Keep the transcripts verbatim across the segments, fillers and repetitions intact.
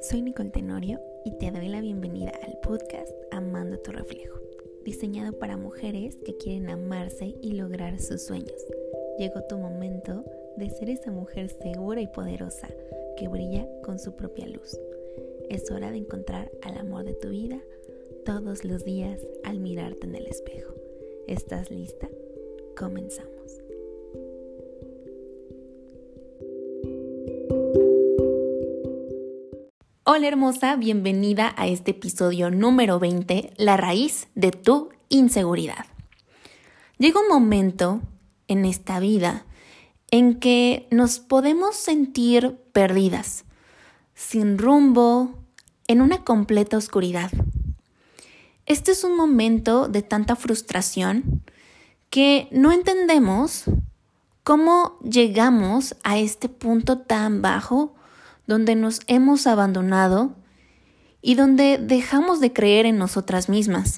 Soy Nicole Tenorio y te doy la bienvenida al podcast Amando tu Reflejo, diseñado para mujeres que quieren amarse y lograr sus sueños. Llegó tu momento de ser esa mujer segura y poderosa que brilla con su propia luz. Es hora de encontrar al amor de tu vida todos los días al mirarte en el espejo. ¿Estás lista? Comenzamos. Hola hermosa, bienvenida a este episodio número veinte, la raíz de tu inseguridad. Llega un momento en esta vida en que nos podemos sentir perdidas, sin rumbo, en una completa oscuridad. Este es un momento de tanta frustración que no entendemos cómo llegamos a este punto tan bajo donde nos hemos abandonado y donde dejamos de creer en nosotras mismas.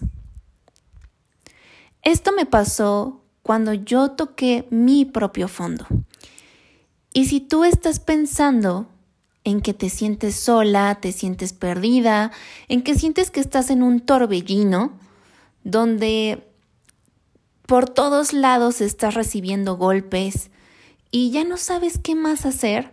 Esto me pasó cuando yo toqué mi propio fondo. Y si tú estás pensando en que te sientes sola, te sientes perdida, en que sientes que estás en un torbellino donde por todos lados estás recibiendo golpes y ya no sabes qué más hacer,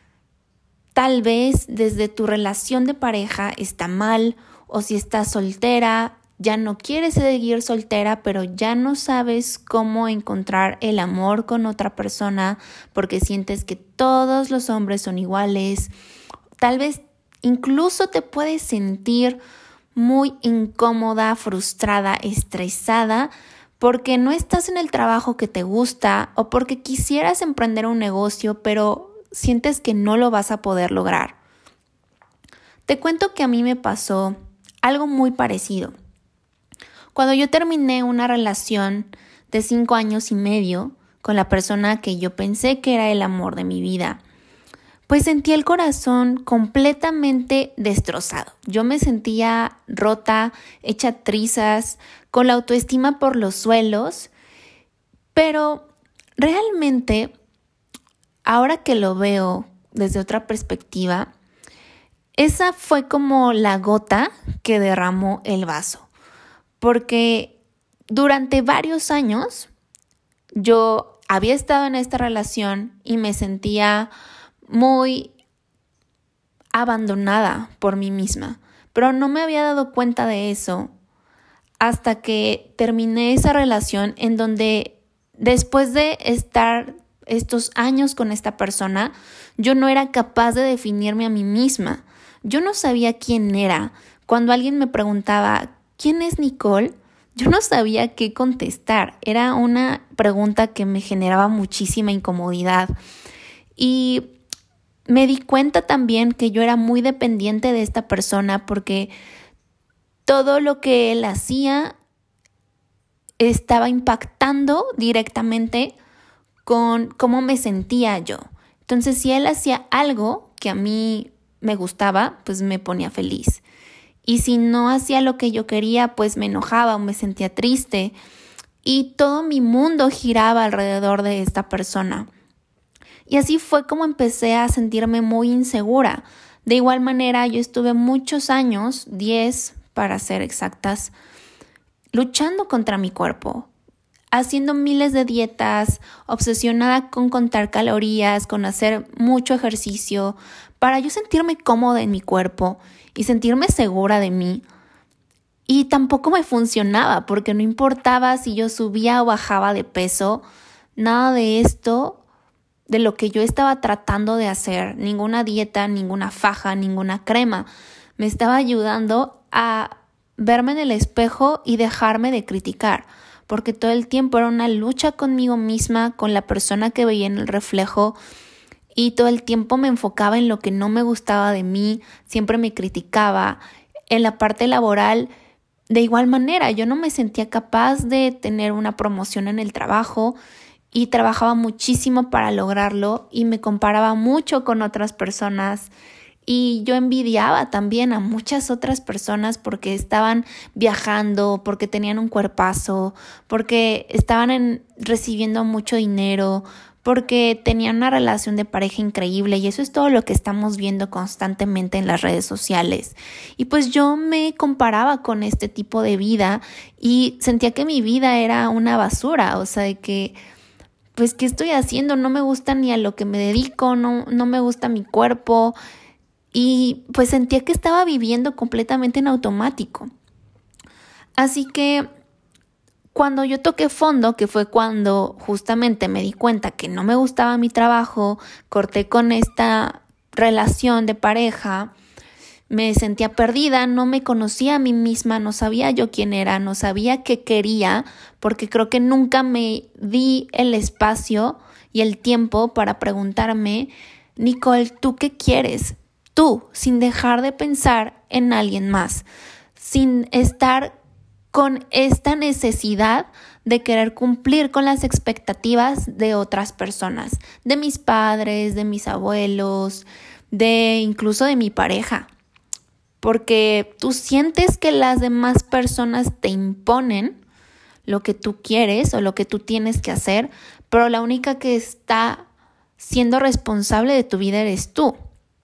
tal vez desde tu relación de pareja está mal, o si estás soltera, ya no quieres seguir soltera, pero ya no sabes cómo encontrar el amor con otra persona porque sientes que todos los hombres son iguales. Tal vez incluso te puedes sentir muy incómoda, frustrada, estresada porque no estás en el trabajo que te gusta o porque quisieras emprender un negocio, pero sientes que no lo vas a poder lograr. Te cuento que a mí me pasó algo muy parecido. Cuando yo terminé una relación de cinco años y medio con la persona que yo pensé que era el amor de mi vida, pues sentí el corazón completamente destrozado. Yo me sentía rota, hecha trizas, con la autoestima por los suelos, pero realmente, ahora que lo veo desde otra perspectiva, esa fue como la gota que derramó el vaso. Porque durante varios años yo había estado en esta relación y me sentía muy abandonada por mí misma. Pero no me había dado cuenta de eso hasta que terminé esa relación en donde después de estar estos años con esta persona, yo no era capaz de definirme a mí misma. Yo no sabía quién era. Cuando alguien me preguntaba, ¿quién es Nicole?, yo no sabía qué contestar. Era una pregunta que me generaba muchísima incomodidad. Y me di cuenta también que yo era muy dependiente de esta persona porque todo lo que él hacía estaba impactando directamente con cómo me sentía yo. Entonces, si él hacía algo que a mí me gustaba, pues me ponía feliz. Y si no hacía lo que yo quería, pues me enojaba o me sentía triste. Y todo mi mundo giraba alrededor de esta persona. Y así fue como empecé a sentirme muy insegura. De igual manera, yo estuve muchos años, diez para ser exactas, luchando contra mi cuerpo, haciendo miles de dietas, obsesionada con contar calorías, con hacer mucho ejercicio, para yo sentirme cómoda en mi cuerpo y sentirme segura de mí. Y tampoco me funcionaba, porque no importaba si yo subía o bajaba de peso, nada de esto, de lo que yo estaba tratando de hacer, ninguna dieta, ninguna faja, ninguna crema, me estaba ayudando a verme en el espejo y dejarme de criticar. Porque todo el tiempo era una lucha conmigo misma, con la persona que veía en el reflejo, y todo el tiempo me enfocaba en lo que no me gustaba de mí, siempre me criticaba. En la parte laboral, de igual manera, yo no me sentía capaz de tener una promoción en el trabajo y trabajaba muchísimo para lograrlo y me comparaba mucho con otras personas. Y yo envidiaba también a muchas otras personas porque estaban viajando, porque tenían un cuerpazo, porque estaban en, recibiendo mucho dinero, porque tenía una relación de pareja increíble y eso es todo lo que estamos viendo constantemente en las redes sociales. Y pues yo me comparaba con este tipo de vida y sentía que mi vida era una basura, o sea, de que pues ¿qué estoy haciendo? No me gusta ni a lo que me dedico, no, no me gusta mi cuerpo y pues sentía que estaba viviendo completamente en automático. Así que cuando yo toqué fondo, que fue cuando justamente me di cuenta que no me gustaba mi trabajo, corté con esta relación de pareja, me sentía perdida, no me conocía a mí misma, no sabía yo quién era, no sabía qué quería, porque creo que nunca me di el espacio y el tiempo para preguntarme, Nicole, ¿tú qué quieres? Tú, sin dejar de pensar en alguien más, sin estar con esta necesidad de querer cumplir con las expectativas de otras personas, de mis padres, de mis abuelos, de incluso de mi pareja. Porque tú sientes que las demás personas te imponen lo que tú quieres o lo que tú tienes que hacer, pero la única que está siendo responsable de tu vida eres tú.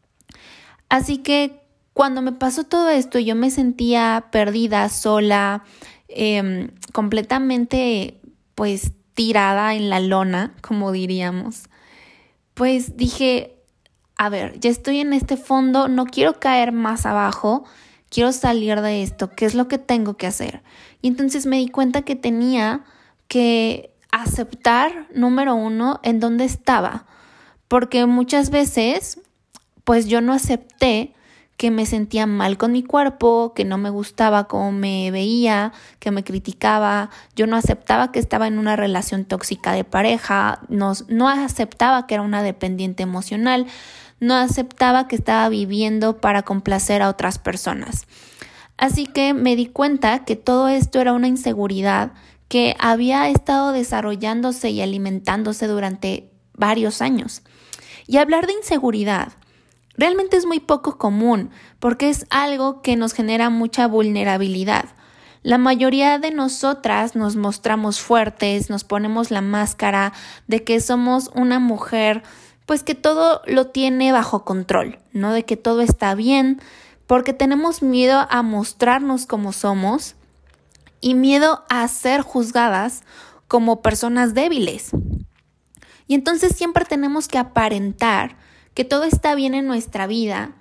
Así que cuando me pasó todo esto, yo me sentía perdida, sola, eh, completamente pues tirada en la lona, como diríamos. Pues dije, a ver, ya estoy en este fondo, no quiero caer más abajo, quiero salir de esto, ¿qué es lo que tengo que hacer? Y entonces me di cuenta que tenía que aceptar, número uno, en dónde estaba, porque muchas veces pues yo no acepté que me sentía mal con mi cuerpo, que no me gustaba cómo me veía, que me criticaba. Yo no aceptaba que estaba en una relación tóxica de pareja, no, no aceptaba que era una dependiente emocional, no aceptaba que estaba viviendo para complacer a otras personas. Así que me di cuenta que todo esto era una inseguridad que había estado desarrollándose y alimentándose durante varios años. Y hablar de inseguridad realmente es muy poco común porque es algo que nos genera mucha vulnerabilidad. La mayoría de nosotras nos mostramos fuertes, nos ponemos la máscara de que somos una mujer pues que todo lo tiene bajo control, ¿no? De que todo está bien, porque tenemos miedo a mostrarnos como somos y miedo a ser juzgadas como personas débiles. Y entonces siempre tenemos que aparentar que todo está bien en nuestra vida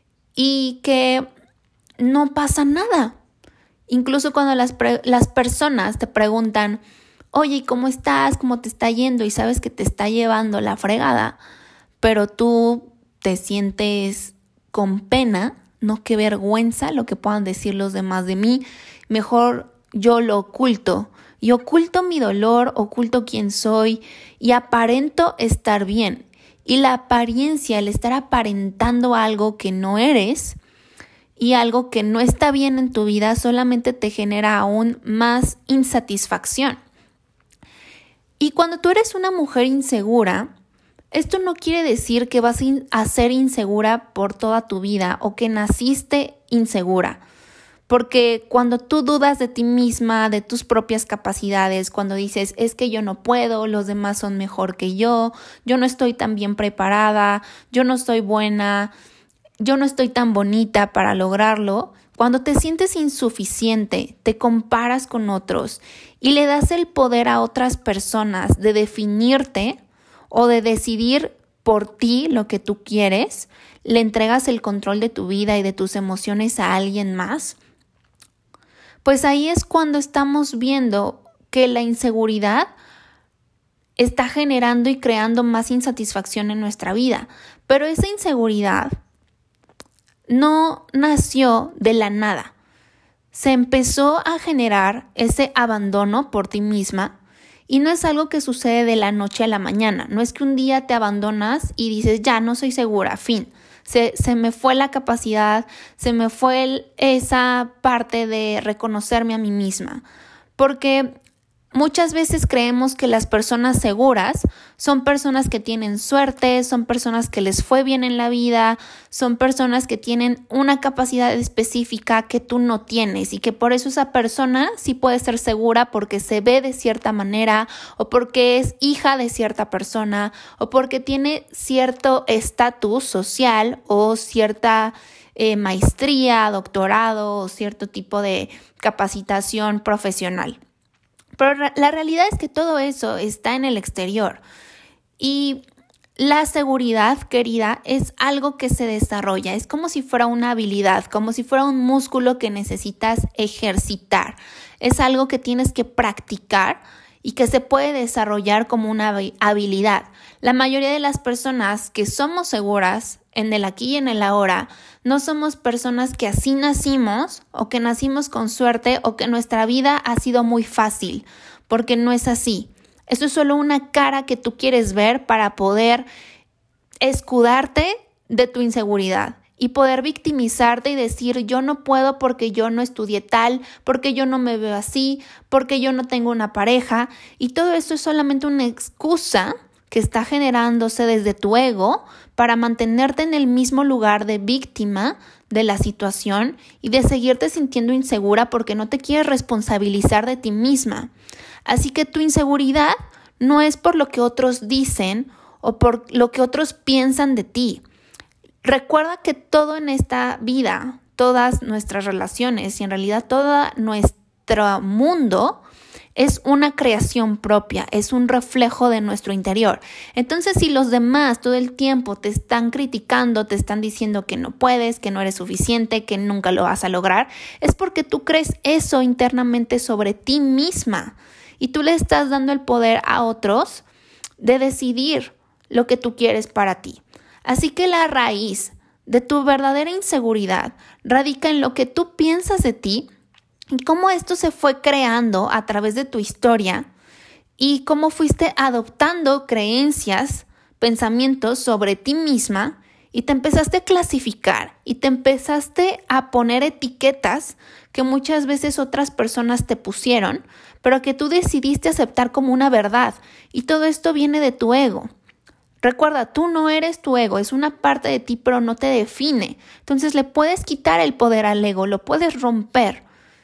y que no pasa nada. Incluso cuando las, pre- las personas te preguntan, oye, ¿cómo estás? ¿Cómo te está yendo? Y sabes que te está llevando la fregada, pero tú te sientes con pena, no, qué vergüenza lo que puedan decir los demás de mí, mejor yo lo oculto. Y oculto mi dolor, oculto quién soy y aparento estar bien. Y la apariencia, el estar aparentando algo que no eres y algo que no está bien en tu vida solamente te genera aún más insatisfacción. Y cuando tú eres una mujer insegura, esto no quiere decir que vas a ser insegura por toda tu vida o que naciste insegura. Porque cuando tú dudas de ti misma, de tus propias capacidades, cuando dices, es que yo no puedo, los demás son mejor que yo, yo no estoy tan bien preparada, yo no soy buena, yo no estoy tan bonita para lograrlo, cuando te sientes insuficiente, te comparas con otros y le das el poder a otras personas de definirte o de decidir por ti lo que tú quieres, le entregas el control de tu vida y de tus emociones a alguien más, pues ahí es cuando estamos viendo que la inseguridad está generando y creando más insatisfacción en nuestra vida. Pero esa inseguridad no nació de la nada. Se empezó a generar ese abandono por ti misma y no es algo que sucede de la noche a la mañana. No es que un día te abandonas y dices, ya no soy segura, fin. Se, se me fue la capacidad, se me fue el, esa parte de reconocerme a mí misma. Porque Muchas veces creemos que las personas seguras son personas que tienen suerte, son personas que les fue bien en la vida, son personas que tienen una capacidad específica que tú no tienes y que por eso esa persona sí puede ser segura porque se ve de cierta manera o porque es hija de cierta persona o porque tiene cierto estatus social o cierta eh, maestría, doctorado o cierto tipo de capacitación profesional. Pero la realidad es que todo eso está en el exterior y la seguridad, querida, es algo que se desarrolla, es como si fuera una habilidad, como si fuera un músculo que necesitas ejercitar, es algo que tienes que practicar y que se puede desarrollar como una habilidad. La mayoría de las personas que somos seguras en el aquí y en el ahora, no somos personas que así nacimos o que nacimos con suerte o que nuestra vida ha sido muy fácil, porque no es así. Eso es solo una cara que tú quieres ver para poder escudarte de tu inseguridad y poder victimizarte y decir yo no puedo porque yo no estudié tal, porque yo no me veo así, porque yo no tengo una pareja y todo eso es solamente una excusa que está generándose desde tu ego para mantenerte en el mismo lugar de víctima de la situación y de seguirte sintiendo insegura porque no te quieres responsabilizar de ti misma. Así que tu inseguridad no es por lo que otros dicen o por lo que otros piensan de ti. Recuerda que todo en esta vida, todas nuestras relaciones y en realidad todo nuestro mundo es una creación propia, es un reflejo de nuestro interior. Entonces, si los demás todo el tiempo te están criticando, te están diciendo que no puedes, que no eres suficiente, que nunca lo vas a lograr, es porque tú crees eso internamente sobre ti misma y tú le estás dando el poder a otros de decidir lo que tú quieres para ti. Así que la raíz de tu verdadera inseguridad radica en lo que tú piensas de ti y cómo esto se fue creando a través de tu historia y cómo fuiste adoptando creencias, pensamientos sobre ti misma y te empezaste a clasificar y te empezaste a poner etiquetas que muchas veces otras personas te pusieron, pero que tú decidiste aceptar como una verdad y todo esto viene de tu ego. Recuerda, tú no eres tu ego, es una parte de ti, pero no te define. Entonces le puedes quitar el poder al ego, lo puedes romper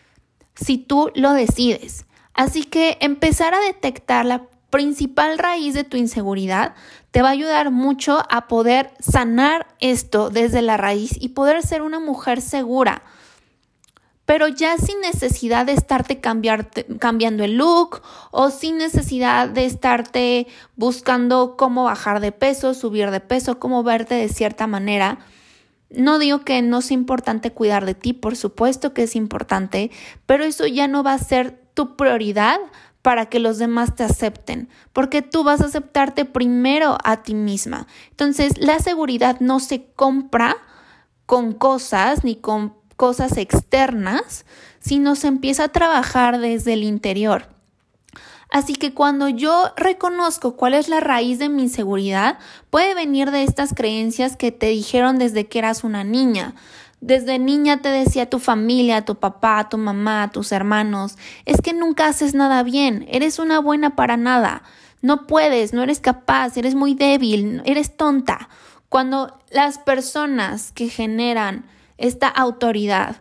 si tú lo decides. Así que empezar a detectar la principal raíz de tu inseguridad te va a ayudar mucho a poder sanar esto desde la raíz y poder ser una mujer segura. Pero ya sin necesidad de estarte cambiarte, cambiando el look o sin necesidad de estarte buscando cómo bajar de peso, subir de peso, cómo verte de cierta manera. No digo que no sea importante cuidar de ti, por supuesto que es importante, pero eso ya no va a ser tu prioridad para que los demás te acepten, porque tú vas a aceptarte primero a ti misma. Entonces, la seguridad no se compra con cosas ni con cosas externas, sino se empieza a trabajar desde el interior. Así que cuando yo reconozco cuál es la raíz de mi inseguridad, puede venir de estas creencias que te dijeron desde que eras una niña. Desde niña te decía tu familia, tu papá, tu mamá, tus hermanos, es que nunca haces nada bien, eres una buena para nada, no puedes, no eres capaz, eres muy débil, eres tonta. Cuando las personas que generan esta autoridad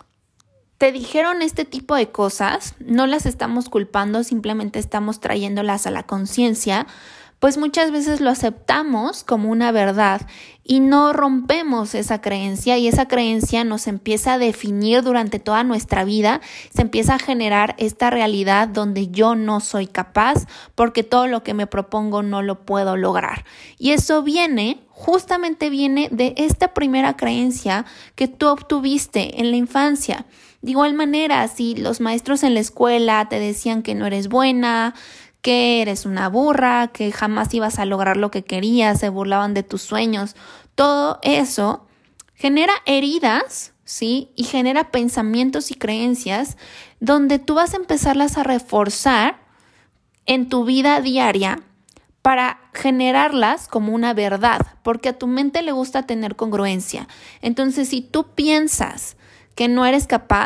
te dijeron este tipo de cosas, no las estamos culpando, simplemente estamos trayéndolas a la conciencia, pues muchas veces lo aceptamos como una verdad y no rompemos esa creencia y esa creencia nos empieza a definir durante toda nuestra vida, se empieza a generar esta realidad donde yo no soy capaz porque todo lo que me propongo no lo puedo lograr. Y eso viene, justamente viene de esta primera creencia que tú obtuviste en la infancia. De igual manera, si los maestros en la escuela te decían que no eres buena, que eres una burra, que jamás ibas a lograr lo que querías, se burlaban de tus sueños, todo eso genera heridas, ¿sí? Y genera pensamientos y creencias donde tú vas a empezarlas a reforzar en tu vida diaria para generarlas como una verdad, porque a tu mente le gusta tener congruencia. Entonces, si tú piensas que no eres capaz,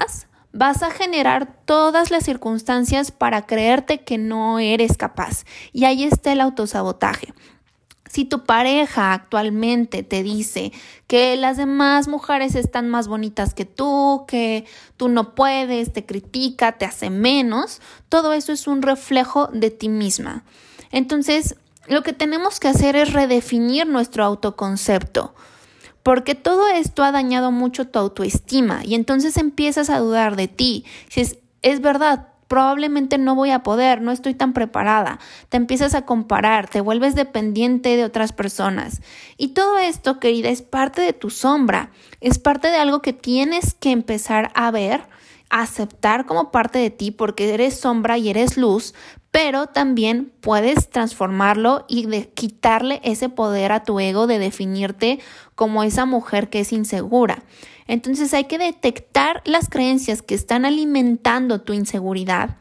vas a generar todas las circunstancias para creerte que no eres capaz. Y ahí está el autosabotaje. Si tu pareja actualmente te dice que las demás mujeres están más bonitas que tú, que tú no puedes, te critica, te hace menos, todo eso es un reflejo de ti misma. Entonces, lo que tenemos que hacer es redefinir nuestro autoconcepto, porque todo esto ha dañado mucho tu autoestima y entonces empiezas a dudar de ti. Si es, es verdad, probablemente no voy a poder, no estoy tan preparada. Te empiezas a comparar, te vuelves dependiente de otras personas. Y todo esto, querida, es parte de tu sombra, es parte de algo que tienes que empezar a ver, a aceptar como parte de ti, porque eres sombra y eres luz, pero también puedes transformarlo y de quitarle ese poder a tu ego de definirte como esa mujer que es insegura. Entonces hay que detectar las creencias que están alimentando tu inseguridad.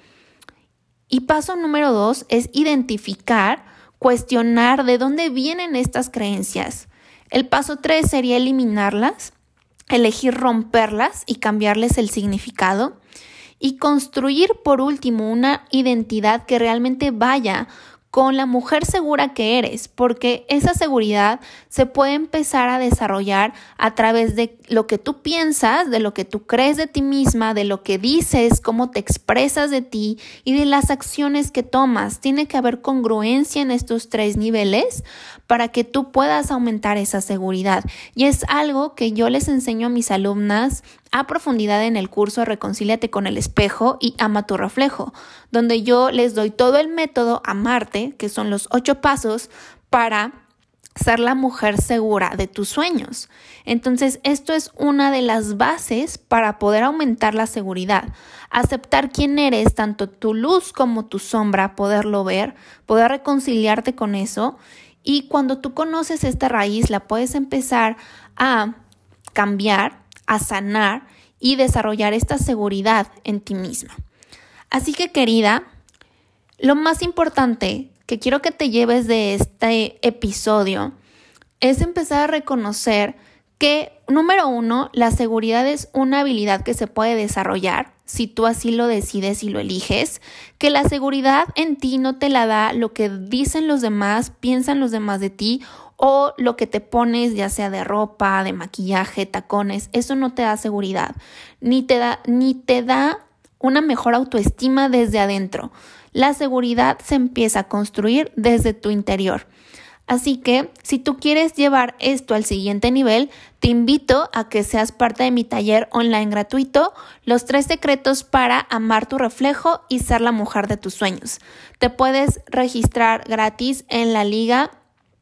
Y paso número dos es identificar, cuestionar de dónde vienen estas creencias. El paso tres sería eliminarlas, elegir romperlas y cambiarles el significado. Y construir por último una identidad que realmente vaya con la mujer segura que eres, porque esa seguridad se puede empezar a desarrollar a través de lo que tú piensas, de lo que tú crees de ti misma, de lo que dices, cómo te expresas de ti y de las acciones que tomas. Tiene que haber congruencia en estos tres niveles para que tú puedas aumentar esa seguridad. Y es algo que yo les enseño a mis alumnas a profundidad en el curso Reconcíliate con el espejo y Ama tu reflejo, donde yo les doy todo el método Amarte, que son los ocho pasos para ser la mujer segura de tus sueños. Entonces, esto es una de las bases para poder aumentar la seguridad. Aceptar quién eres, tanto tu luz como tu sombra, poderlo ver, poder reconciliarte con eso. Y cuando tú conoces esta raíz, la puedes empezar a cambiar, a sanar y desarrollar esta seguridad en ti misma. Así que, querida, lo más importante que quiero que te lleves de este episodio es empezar a reconocer que, número uno, la seguridad es una habilidad que se puede desarrollar si tú así lo decides y lo eliges, que la seguridad en ti no te la da lo que dicen los demás, piensan los demás de ti o lo que te pones, ya sea de ropa, de maquillaje, tacones. Eso no te da seguridad, ni te da, ni te da una mejor autoestima desde adentro. La seguridad se empieza a construir desde tu interior. Así que, si tú quieres llevar esto al siguiente nivel, te invito a que seas parte de mi taller online gratuito, Los tres secretos para amar tu reflejo y ser la mujer de tus sueños. Te puedes registrar gratis en la liga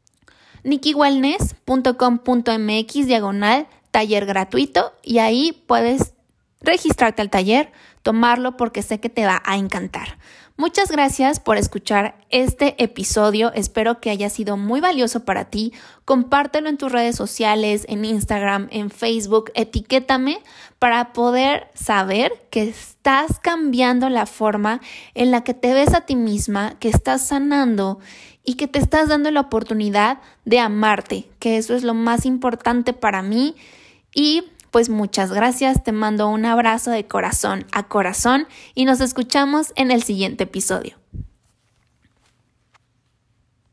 nikiwellness punto com punto m x diagonal taller gratuito y ahí puedes registrarte al taller, tomarlo porque sé que te va a encantar. Muchas gracias por escuchar este episodio, espero que haya sido muy valioso para ti. Compártelo en tus redes sociales, en Instagram, en Facebook, etiquétame para poder saber que estás cambiando la forma en la que te ves a ti misma, que estás sanando y que te estás dando la oportunidad de amarte, que eso es lo más importante para mí. Y pues muchas gracias, te mando un abrazo de corazón a corazón y nos escuchamos en el siguiente episodio.